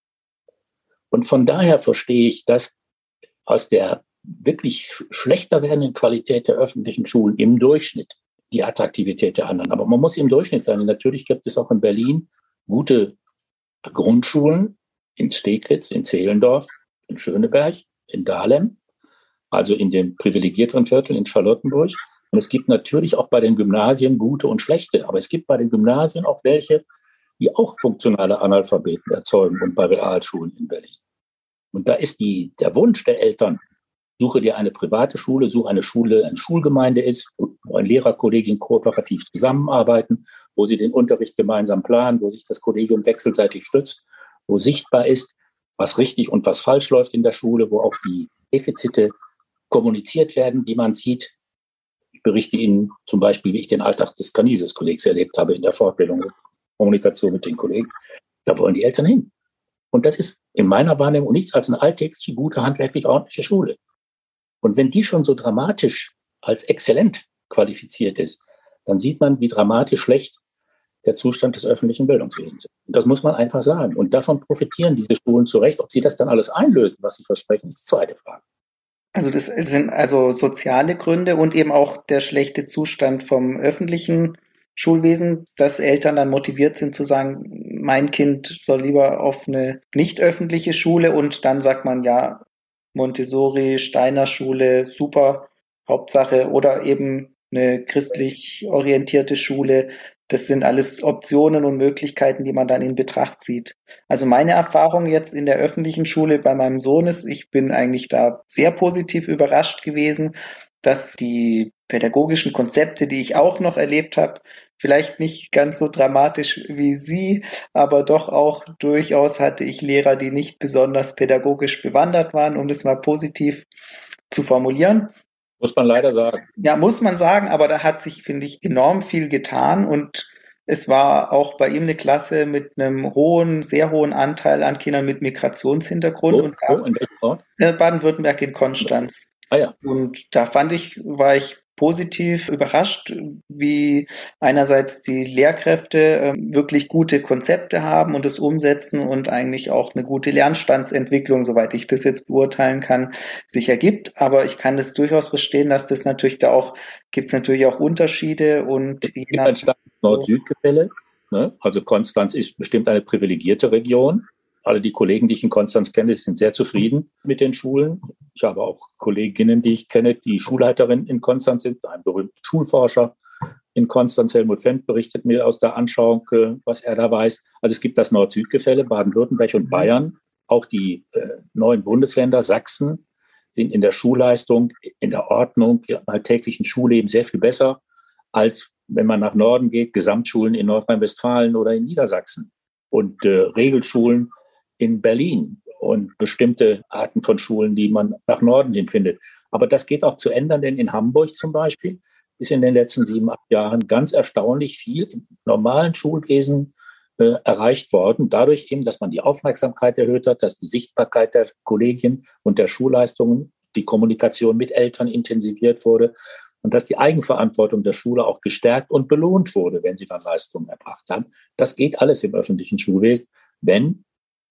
Und von daher verstehe ich, dass aus der wirklich schlechter werdenden Qualität der öffentlichen Schulen im Durchschnitt die Attraktivität der anderen. Aber man muss im Durchschnitt sein. Und natürlich gibt es auch in Berlin gute Grundschulen in Steglitz, in Zehlendorf, in Schöneberg, in Dahlem, also in den privilegierteren Vierteln in Charlottenburg. Und es gibt natürlich auch bei den Gymnasien gute und schlechte. Aber es gibt bei den Gymnasien auch welche, die auch funktionale Analphabeten erzeugen und bei Realschulen in Berlin. Und da ist die, der Wunsch der Eltern, suche dir eine private Schule, suche eine Schule, eine Schulgemeinde ist, wo ein Lehrerkollegium kooperativ zusammenarbeiten, wo sie den Unterricht gemeinsam planen, wo sich das Kollegium wechselseitig stützt, wo sichtbar ist, was richtig und was falsch läuft in der Schule, wo auch die Defizite kommuniziert werden, die man sieht. Ich berichte Ihnen zum Beispiel, wie ich den Alltag des Canisius-Kollegs erlebt habe in der Fortbildung und Kommunikation mit den Kollegen. Da wollen die Eltern hin. Und das ist in meiner Wahrnehmung nichts als eine alltägliche, gute, handwerklich ordentliche Schule. Und wenn die schon so dramatisch als exzellent qualifiziert ist, dann sieht man, wie dramatisch schlecht der Zustand des öffentlichen Bildungswesens ist. Und das muss man einfach sagen. Und davon profitieren diese Schulen zu Recht. Ob sie das dann alles einlösen, was sie versprechen, ist die zweite Frage. Also das sind also soziale Gründe und eben auch der schlechte Zustand vom öffentlichen Schulwesen, dass Eltern dann motiviert sind zu sagen, mein Kind soll lieber auf eine nicht öffentliche Schule, und dann sagt man, ja, Montessori, Steiner Schule, super, Hauptsache, oder eben eine christlich orientierte Schule. Das sind alles Optionen und Möglichkeiten, die man dann in Betracht zieht. Also meine Erfahrung jetzt in der öffentlichen Schule bei meinem Sohn ist, ich bin eigentlich da sehr positiv überrascht gewesen, dass die pädagogischen Konzepte, die ich auch noch erlebt habe, vielleicht nicht ganz so dramatisch wie Sie, aber doch auch durchaus hatte ich Lehrer, die nicht besonders pädagogisch bewandert waren, um das mal positiv zu formulieren. Muss man leider sagen. Ja, muss man sagen, aber da hat sich, finde ich, enorm viel getan, und es war auch bei ihm eine Klasse mit einem hohen, sehr hohen Anteil an Kindern mit Migrationshintergrund. Wo, und wo, in welchem Ort? Baden-Württemberg in Konstanz. Ah ja. Und da fand ich, war ich positiv überrascht, wie einerseits die Lehrkräfte äh, wirklich gute Konzepte haben und es umsetzen und eigentlich auch eine gute Lernstandsentwicklung, soweit ich das jetzt beurteilen kann, sich ergibt. Aber ich kann das durchaus verstehen, dass das natürlich da auch, gibt es natürlich auch Unterschiede, und es gibt ein starkes Nord-Süd-Gefälle. Ne? Also Konstanz ist bestimmt eine privilegierte Region. Alle die Kollegen, die ich in Konstanz kenne, sind sehr zufrieden mit den Schulen. Ich habe auch Kolleginnen, die ich kenne, die Schulleiterin in Konstanz sind. Ein berühmter Schulforscher in Konstanz, Helmut Fendt, berichtet mir aus der Anschauung, was er da weiß. Also es gibt das Nord-Süd-Gefälle, Baden-Württemberg und Bayern. Auch die äh, neuen Bundesländer, Sachsen, sind in der Schulleistung, in der Ordnung, im alltäglichen Schulleben sehr viel besser, als wenn man nach Norden geht, Gesamtschulen in Nordrhein-Westfalen oder in Niedersachsen und äh, Regelschulen in Berlin und bestimmte Arten von Schulen, die man nach Norden hin findet. Aber das geht auch zu ändern, denn in Hamburg zum Beispiel ist in den letzten sieben, acht Jahren ganz erstaunlich viel im normalen Schulwesen äh, erreicht worden. Dadurch eben, dass man die Aufmerksamkeit erhöht hat, dass die Sichtbarkeit der Kollegien und der Schulleistungen, die Kommunikation mit Eltern intensiviert wurde und dass die Eigenverantwortung der Schule auch gestärkt und belohnt wurde, wenn sie dann Leistungen erbracht haben. Das geht alles im öffentlichen Schulwesen, wenn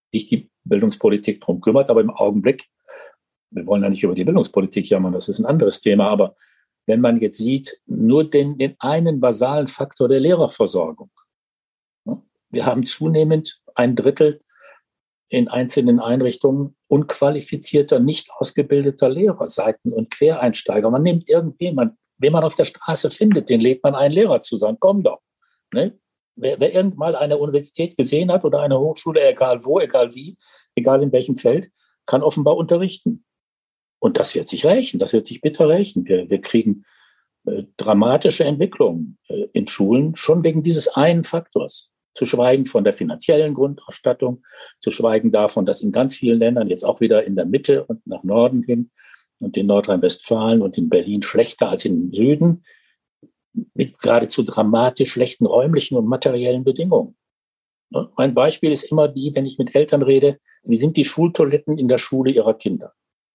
sich die Bildungspolitik drum kümmert. Aber im Augenblick, wir wollen ja nicht über die Bildungspolitik jammern, das ist ein anderes Thema, aber wenn man jetzt sieht, nur den, den einen basalen Faktor der Lehrerversorgung. Wir haben zunehmend ein Drittel in einzelnen Einrichtungen unqualifizierter, nicht ausgebildeter Lehrer, Seiten- und Quereinsteiger. Man nimmt irgendjemand, wen man auf der Straße findet, den lädt man ein, Lehrer zu sein. Komm doch. Ne? Wer, wer irgendwann mal eine Universität gesehen hat oder eine Hochschule, egal wo, egal wie, egal in welchem Feld, kann offenbar unterrichten. Und das wird sich rächen, das wird sich bitter rächen. Wir, wir kriegen äh, dramatische Entwicklungen äh, in Schulen, schon wegen dieses einen Faktors. Zu schweigen von der finanziellen Grundausstattung, zu schweigen davon, dass in ganz vielen Ländern jetzt auch wieder in der Mitte und nach Norden hin und in Nordrhein-Westfalen und in Berlin schlechter als im Süden, mit geradezu dramatisch schlechten räumlichen und materiellen Bedingungen. Und mein Beispiel ist immer die, wenn ich mit Eltern rede, wie sind die Schultoiletten in der Schule ihrer Kinder?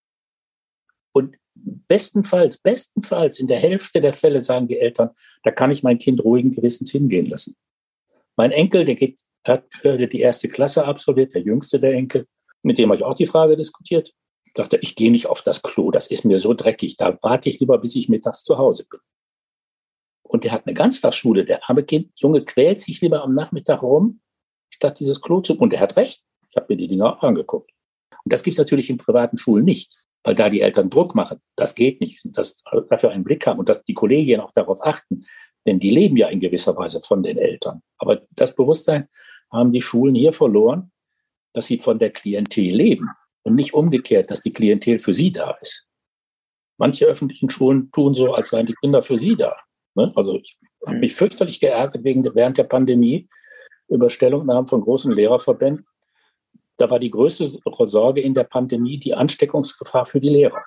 Und bestenfalls, bestenfalls in der Hälfte der Fälle sagen die Eltern, da kann ich mein Kind ruhigen Gewissens hingehen lassen. Mein Enkel, der geht, hat die erste Klasse absolviert, der jüngste der Enkel, mit dem habe ich auch die Frage diskutiert. Sagte, ich gehe nicht auf das Klo, das ist mir so dreckig, da warte ich lieber, bis ich mittags zu Hause bin. Und der hat eine Ganztagsschule, der arme Kind, Junge quält sich lieber am Nachmittag rum, statt dieses Klo zu. Und er hat recht, ich habe mir die Dinger auch angeguckt. Und das gibt es natürlich in privaten Schulen nicht, weil da die Eltern Druck machen. Das geht nicht, dass dafür einen Blick haben und dass die Kollegien auch darauf achten. Denn die leben ja in gewisser Weise von den Eltern. Aber das Bewusstsein haben die Schulen hier verloren, dass sie von der Klientel leben und nicht umgekehrt, dass die Klientel für sie da ist. Manche öffentlichen Schulen tun so, als seien die Kinder für sie da. Also ich habe mich fürchterlich geärgert wegen der, während der Pandemie über Stellungnahmen von großen Lehrerverbänden. Da war die größte Sorge in der Pandemie die Ansteckungsgefahr für die Lehrer.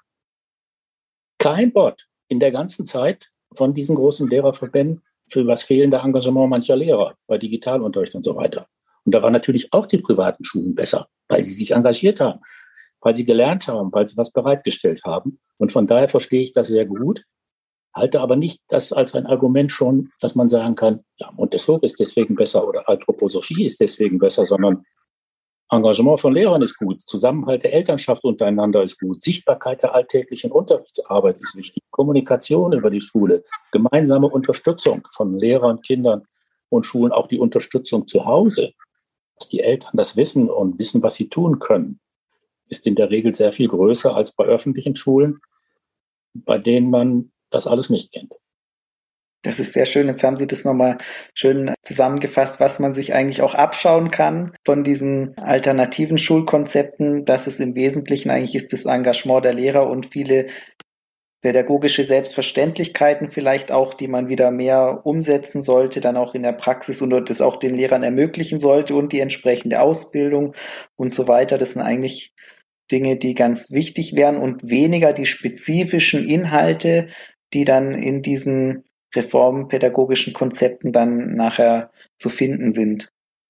Kein Wort in der ganzen Zeit von diesen großen Lehrerverbänden für das fehlende Engagement mancher Lehrer bei Digitalunterricht und so weiter. Und da waren natürlich auch die privaten Schulen besser, weil sie sich engagiert haben, weil sie gelernt haben, weil sie was bereitgestellt haben. Und von daher verstehe ich das sehr gut, halte aber nicht das als ein Argument schon, dass man sagen kann, ja, Montessori ist deswegen besser oder Anthroposophie ist deswegen besser, sondern Engagement von Lehrern ist gut, Zusammenhalt der Elternschaft untereinander ist gut, Sichtbarkeit der alltäglichen Unterrichtsarbeit ist wichtig, Kommunikation über die Schule, gemeinsame Unterstützung von Lehrern, Kindern und Schulen, auch die Unterstützung zu Hause, dass die Eltern das wissen und wissen, was sie tun können, ist in der Regel sehr viel größer als bei öffentlichen Schulen, bei denen man das alles nicht kennt. Das ist sehr schön. Jetzt haben Sie das nochmal schön zusammengefasst, was man sich eigentlich auch abschauen kann von diesen alternativen Schulkonzepten, dass es im Wesentlichen eigentlich ist das Engagement der Lehrer und viele pädagogische Selbstverständlichkeiten vielleicht auch, die man wieder mehr umsetzen sollte, dann auch in der Praxis und das auch den Lehrern ermöglichen sollte und die entsprechende Ausbildung und so weiter. Das sind eigentlich Dinge, die ganz wichtig wären und weniger die spezifischen Inhalte, die dann in diesen reformpädagogischen Konzepten dann nachher zu finden sind.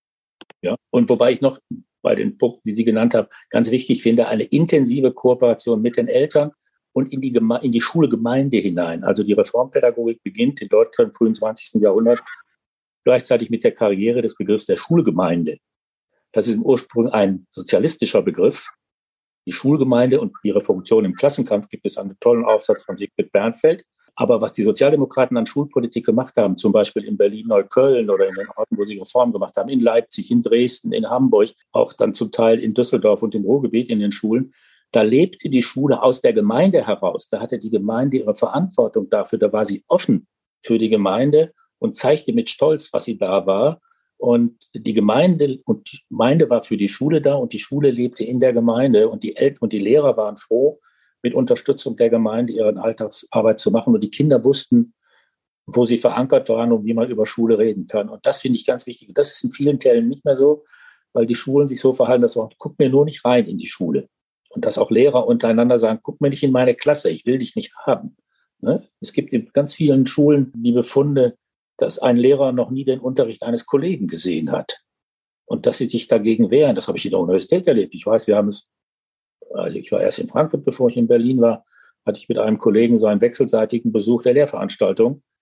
Ja, und wobei ich noch bei den Punkten, die Sie genannt haben, ganz wichtig finde, eine intensive Kooperation mit den Eltern und in die, Geme- in die Schulgemeinde hinein. Also die Reformpädagogik beginnt in Deutschland im frühen zwanzigsten Jahrhundert gleichzeitig mit der Karriere des Begriffs der Schulgemeinde. Das ist im Ursprung ein sozialistischer Begriff. Die Schulgemeinde und ihre Funktion im Klassenkampf gibt es einen tollen Aufsatz von Siegfried Bernfeld. Aber was die Sozialdemokraten an Schulpolitik gemacht haben, zum Beispiel in Berlin-Neukölln oder in den Orten, wo sie Reformen gemacht haben, in Leipzig, in Dresden, in Hamburg, auch dann zum Teil in Düsseldorf und im Ruhrgebiet in den Schulen, da lebte die Schule aus der Gemeinde heraus. Da hatte die Gemeinde ihre Verantwortung dafür. Da war sie offen für die Gemeinde und zeigte mit Stolz, was sie da war. Und die Gemeinde, und die Gemeinde war für die Schule da und die Schule lebte in der Gemeinde und die Eltern und die Lehrer waren froh, mit Unterstützung der Gemeinde ihre Alltagsarbeit zu machen. Und die Kinder wussten, wo sie verankert waren und wie man über Schule reden kann. Und das finde ich ganz wichtig. Und das ist in vielen Teilen nicht mehr so, weil die Schulen sich so verhalten, dass man, guck mir nur nicht rein in die Schule. Und dass auch Lehrer untereinander sagen, guck mir nicht in meine Klasse, ich will dich nicht haben. Ne? Es gibt in ganz vielen Schulen die Befunde, dass ein Lehrer noch nie den Unterricht eines Kollegen gesehen hat. Und dass sie sich dagegen wehren, das habe ich in der Universität erlebt. Ich weiß, wir haben es Also ich war erst in Frankfurt, bevor ich in Berlin war, hatte ich mit einem Kollegen so einen wechselseitigen Besuch der Lehrveranstaltung.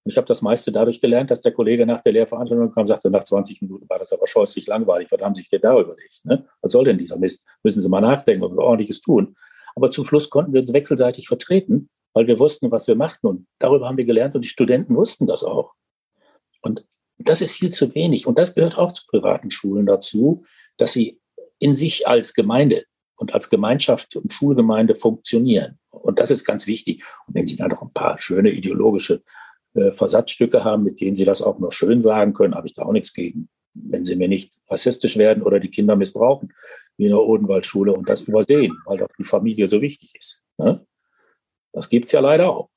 Und ich habe das meiste dadurch gelernt, dass der Kollege nach der Lehrveranstaltung kam und sagte, nach zwanzig Minuten war das aber scheußlich langweilig. Was haben Sie sich denn da überlegt? Ne? Was soll denn dieser Mist? Müssen Sie mal nachdenken und was Ordentliches tun. Aber zum Schluss konnten wir uns wechselseitig vertreten, weil wir wussten, was wir machten. Und darüber haben wir gelernt und die Studenten wussten das auch. Und das ist viel zu wenig. Und das gehört auch zu privaten Schulen dazu, dass sie in sich als Gemeinde und als Gemeinschaft und Schulgemeinde funktionieren. Und das ist ganz wichtig. Und wenn Sie dann noch ein paar schöne ideologische äh, Versatzstücke haben, mit denen Sie das auch nur schön sagen können, habe ich da auch nichts gegen. Wenn Sie mir nicht rassistisch werden oder die Kinder missbrauchen, wie in der Odenwaldschule, und das übersehen, weil doch die Familie so wichtig ist. Ne? Das gibt es ja leider auch.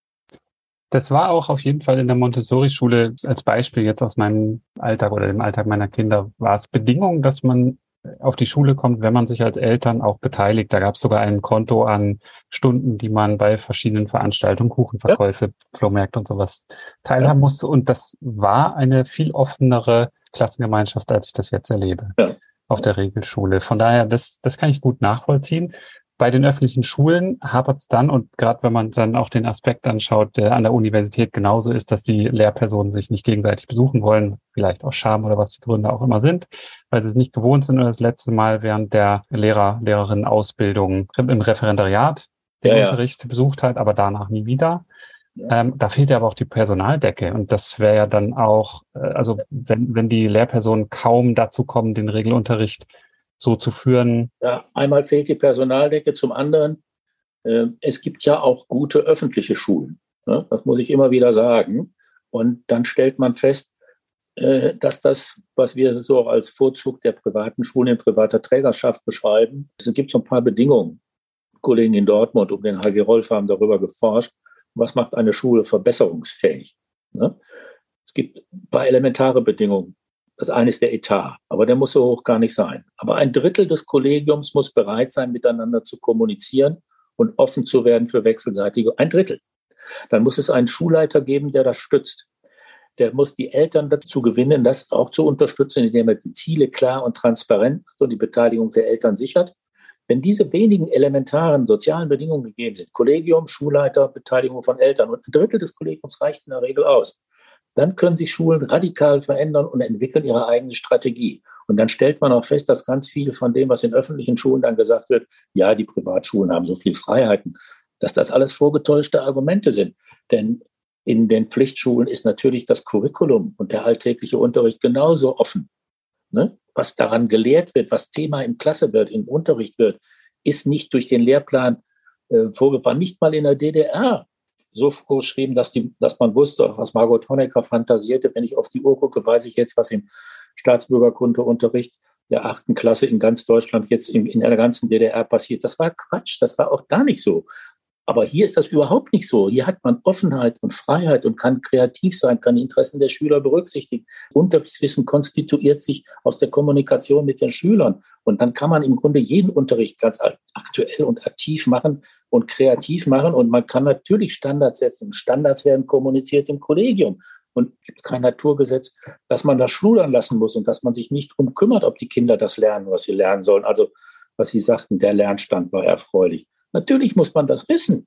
Das war auch auf jeden Fall in der Montessori-Schule als Beispiel jetzt aus meinem Alltag oder dem Alltag meiner Kinder, war es Bedingung, dass man auf die Schule kommt, wenn man sich als Eltern auch beteiligt. Da gab es sogar ein Konto an Stunden, die man bei verschiedenen Veranstaltungen, Kuchenverkäufe, ja. Flohmärkte und sowas teilhaben ja. musste. Und das war eine viel offenere Klassengemeinschaft, als ich das jetzt erlebe ja. auf der Regelschule. Von daher, das, das kann ich gut nachvollziehen. Bei den öffentlichen Schulen hapert es dann, und gerade wenn man dann auch den Aspekt anschaut, der an der Universität genauso ist, dass die Lehrpersonen sich nicht gegenseitig besuchen wollen, vielleicht aus Scham oder was die Gründe auch immer sind, weil sie es nicht gewohnt sind oder das letzte Mal während der Lehrer, Lehrerinnen-Ausbildung im Referendariat den ja, Unterricht ja. besucht hat, aber danach nie wieder. Ja. Ähm, da fehlt ja aber auch die Personaldecke, und das wäre ja dann auch, äh, also wenn, wenn die Lehrpersonen kaum dazu kommen, den Regelunterricht so zu führen. Ja, einmal fehlt die Personaldecke, zum anderen, äh, es gibt ja auch gute öffentliche Schulen. Ne? Das muss ich immer wieder sagen. Und dann stellt man fest, äh, dass das, was wir so als Vorzug der privaten Schulen in privater Trägerschaft beschreiben, es gibt so ein paar Bedingungen. Kollegen in Dortmund um den H G Rolf haben darüber geforscht, was macht eine Schule verbesserungsfähig. Ne? Es gibt ein paar elementare Bedingungen. Das eine ist der Etat, aber der muss so hoch gar nicht sein. Aber ein Drittel des Kollegiums muss bereit sein, miteinander zu kommunizieren und offen zu werden für wechselseitige. Ein Drittel. Dann muss es einen Schulleiter geben, der das stützt. Der muss die Eltern dazu gewinnen, das auch zu unterstützen, indem er die Ziele klar und transparent und die Beteiligung der Eltern sichert. Wenn diese wenigen elementaren sozialen Bedingungen gegeben sind, Kollegium, Schulleiter, Beteiligung von Eltern und ein Drittel des Kollegiums reicht in der Regel aus, dann können sich Schulen radikal verändern und entwickeln ihre eigene Strategie. Und dann stellt man auch fest, dass ganz viel von dem, was in öffentlichen Schulen dann gesagt wird, ja, die Privatschulen haben so viel Freiheiten, dass das alles vorgetäuschte Argumente sind. Denn in den Pflichtschulen ist natürlich das Curriculum und der alltägliche Unterricht genauso offen. Ne? Was daran gelehrt wird, was Thema im Klasse wird, im Unterricht wird, ist nicht durch den Lehrplan äh, vorgebracht, nicht mal in der D D R so vorgeschrieben, dass, die, dass man wusste, was Margot Honecker fantasierte. Wenn ich auf die Uhr gucke, weiß ich jetzt, was im Staatsbürgerkundeunterricht der achten Klasse in ganz Deutschland jetzt in, in der ganzen D D R passiert. Das war Quatsch, das war auch da nicht so. Aber hier ist das überhaupt nicht so. Hier hat man Offenheit und Freiheit und kann kreativ sein, kann die Interessen der Schüler berücksichtigen. Unterrichtswissen konstituiert sich aus der Kommunikation mit den Schülern. Und dann kann man im Grunde jeden Unterricht ganz aktuell und aktiv machen und kreativ machen. Und man kann natürlich Standards setzen. Standards werden kommuniziert im Kollegium. Und es gibt kein Naturgesetz, dass man das schludern lassen muss und dass man sich nicht darum kümmert, ob die Kinder das lernen, was sie lernen sollen. Also, was Sie sagten, der Lernstand war erfreulich. Natürlich muss man das wissen.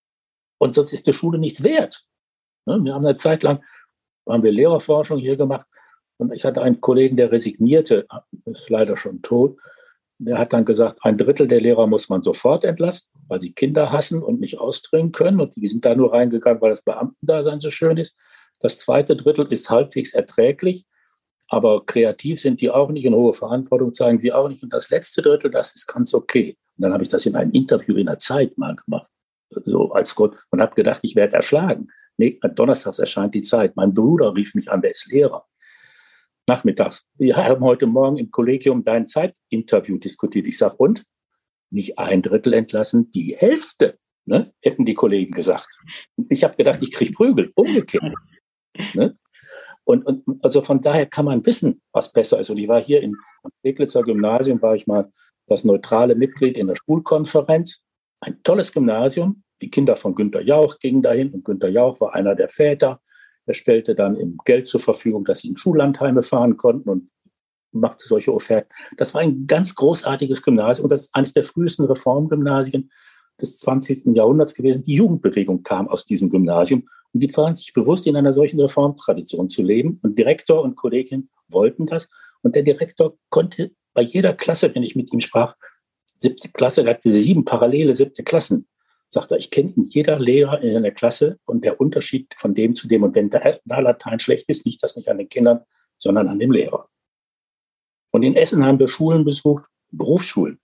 Und sonst ist die Schule nichts wert. Wir haben eine Zeit lang, haben wir Lehrerforschung hier gemacht. Und ich hatte einen Kollegen, der resignierte, ist leider schon tot. Der hat dann gesagt, ein Drittel der Lehrer muss man sofort entlassen, weil sie Kinder hassen und nicht ausdrängen können. Und die sind da nur reingegangen, weil das Beamtendasein so schön ist. Das zweite Drittel ist halbwegs erträglich. Aber kreativ sind die auch nicht und hohe Verantwortung zeigen die auch nicht. Und das letzte Drittel, das ist ganz okay. Und dann habe ich das in einem Interview in der Zeit mal gemacht, so als Gott, und habe gedacht, ich werde erschlagen. Nee, donnerstags erscheint die Zeit. Mein Bruder rief mich an, der ist Lehrer. Nachmittags. Wir haben heute Morgen im Kollegium dein Zeitinterview diskutiert. Ich sage, und? Nicht ein Drittel entlassen, die Hälfte, ne? Hätten die Kollegen gesagt. Ich habe gedacht, ich kriege Prügel. Umgekehrt. Ne? Und, und also von daher kann man wissen, was besser ist. Und ich war hier im Steglitzer Gymnasium, war ich mal das neutrale Mitglied in der Schulkonferenz. Ein tolles Gymnasium. Die Kinder von Günter Jauch gingen dahin und Günter Jauch war einer der Väter. Er stellte dann im Geld zur Verfügung, dass sie in Schullandheime fahren konnten und machte solche Offerten. Das war ein ganz großartiges Gymnasium und das ist eines der frühesten Reformgymnasien des zwanzigsten Jahrhunderts gewesen. Die Jugendbewegung kam aus diesem Gymnasium Und die waren sich bewusst, in einer solchen Reformtradition zu leben. Und Direktor und Kollegin wollten das. Und der Direktor konnte bei jeder Klasse, wenn ich mit ihm sprach, siebte Klasse, der hatte sieben parallele siebte Klassen, sagt er, ich kenne jeder Lehrer in der Klasse und der Unterschied von dem zu dem. Und wenn da, da Latein schlecht ist, liegt das nicht an den Kindern, sondern an dem Lehrer. Und in Essen haben wir Schulen besucht, Berufsschulen.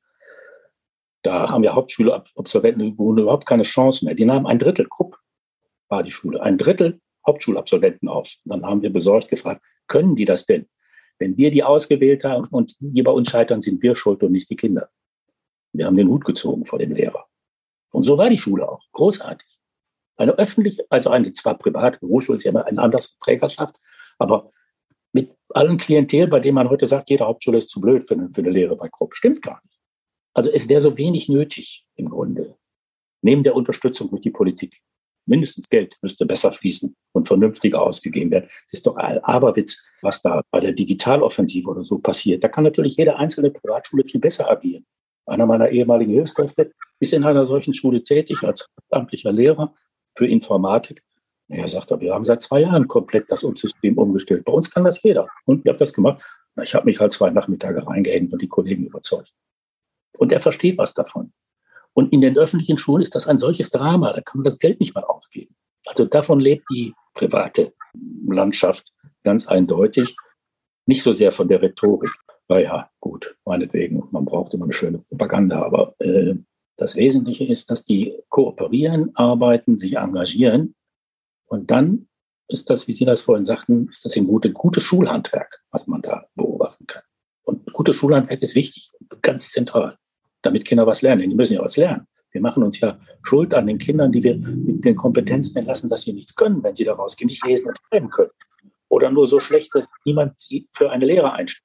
Da haben wir Hauptschulabsolventen überhaupt keine Chance mehr. Die nahmen ein Drittel, Krupp war die Schule, ein Drittel Hauptschulabsolventen auf. Dann haben wir besorgt gefragt, können die das denn? Wenn wir die ausgewählt haben und die bei uns scheitern, sind wir schuld und nicht die Kinder. Wir haben den Hut gezogen vor dem Lehrer. Und so war die Schule auch. Großartig. Eine öffentliche, also eine zwar private Berufsschule, ist ja immer eine andere Trägerschaft, aber mit allen Klientel, bei denen man heute sagt, jede Hauptschule ist zu blöd für eine, für eine Lehre bei Krupp. Stimmt gar nicht. Also es wäre so wenig nötig im Grunde. Neben der Unterstützung durch die Politik. Mindestens Geld müsste besser fließen und vernünftiger ausgegeben werden. Es ist doch ein Aberwitz, was da bei der Digitaloffensive oder so passiert. Da kann natürlich jede einzelne Privatschule viel besser agieren. Einer meiner ehemaligen Hilfskräfte ist in einer solchen Schule tätig als amtlicher Lehrer für Informatik. Er sagt, wir haben seit zwei Jahren komplett das System umgestellt. Bei uns kann das jeder. Und ihr habt das gemacht. Ich habe mich halt zwei Nachmittage reingehängt und die Kollegen überzeugt. Und er versteht was davon. Und in den öffentlichen Schulen ist das ein solches Drama, da kann man das Geld nicht mal ausgeben. Also davon lebt die private Landschaft ganz eindeutig, nicht so sehr von der Rhetorik. Naja, gut, meinetwegen, man braucht immer eine schöne Propaganda, aber äh, das Wesentliche ist, dass die kooperieren, arbeiten, sich engagieren und dann ist das, wie Sie das vorhin sagten, ist das ein gute, gutes Schulhandwerk, was man da beobachten kann. Und gutes Schulhandwerk ist wichtig, ganz zentral, damit Kinder was lernen. Die müssen ja was lernen. Wir machen uns ja schuld an den Kindern, die wir mit den Kompetenzen entlassen, dass sie nichts können, wenn sie da rausgehen, nicht lesen und schreiben können. Oder nur so schlecht, dass niemand sie für eine Lehre einstellt.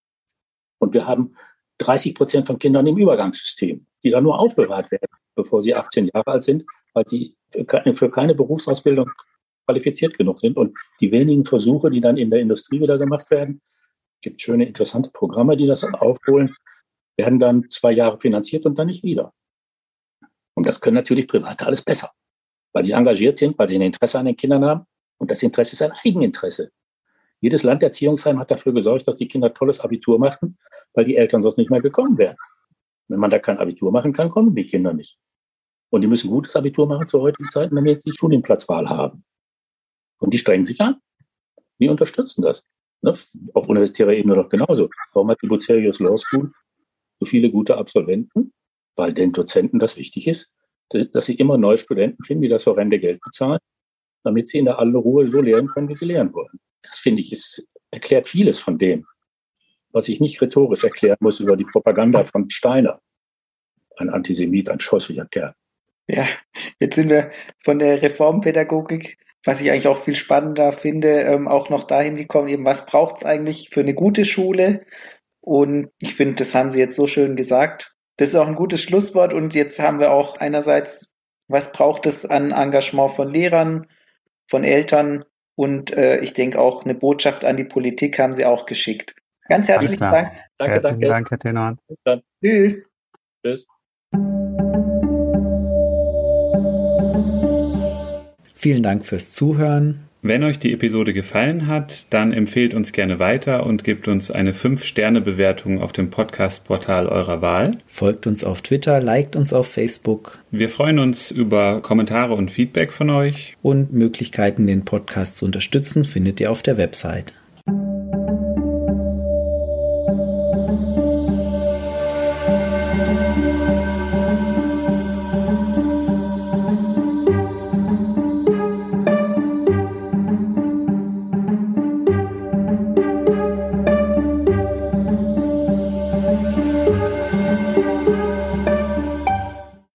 Und wir haben dreißig Prozent von Kindern im Übergangssystem, die dann nur aufbewahrt werden, bevor sie achtzehn Jahre alt sind, weil sie für keine Berufsausbildung qualifiziert genug sind. Und die wenigen Versuche, die dann in der Industrie wieder gemacht werden, gibt schöne, interessante Programme, die das aufholen, werden dann zwei Jahre finanziert und dann nicht wieder. Und das können natürlich Private alles besser, weil die engagiert sind, weil sie ein Interesse an den Kindern haben. Und das Interesse ist ein Eigeninteresse. Jedes Landerziehungsheim hat dafür gesorgt, dass die Kinder tolles Abitur machen, weil die Eltern sonst nicht mehr gekommen wären. Wenn man da kein Abitur machen kann, kommen die Kinder nicht. Und die müssen gutes Abitur machen zur heutigen Zeit, damit sie Studienplatzwahl haben. Und die strengen sich an. Die unterstützen das. Ne? Auf universitärer Ebene doch genauso. Warum hat die Bucerius Law School so viele gute Absolventen? Weil den Dozenten das wichtig ist, dass sie immer neue Studenten finden, die das horrende Geld bezahlen, damit sie in der aller Ruhe so lehren können, wie sie lehren wollen. Das, finde ich, ist, erklärt vieles von dem, was ich nicht rhetorisch erklären muss über die Propaganda von Steiner. Ein Antisemit, ein scheußlicher Kerl. Ja, jetzt sind wir von der Reformpädagogik, was ich eigentlich auch viel spannender finde, ähm, auch noch dahin gekommen, eben was braucht es eigentlich für eine gute Schule? Und ich finde, das haben Sie jetzt so schön gesagt. Das ist auch ein gutes Schlusswort. Und jetzt haben wir auch einerseits, was braucht es an Engagement von Lehrern, von Eltern und äh, ich denke auch eine Botschaft an die Politik haben Sie auch geschickt. Ganz herzlichen Dank. Danke, Herzlichen danke. Dank, Herr Tenor. Bis dann. Tschüss. Tschüss. Vielen Dank fürs Zuhören. Wenn euch die Episode gefallen hat, dann empfehlt uns gerne weiter und gebt uns eine fünf Sterne Bewertung auf dem Podcast-Portal eurer Wahl. Folgt uns auf Twitter, liked uns auf Facebook. Wir freuen uns über Kommentare und Feedback von euch. Und Möglichkeiten, den Podcast zu unterstützen, findet ihr auf der Website.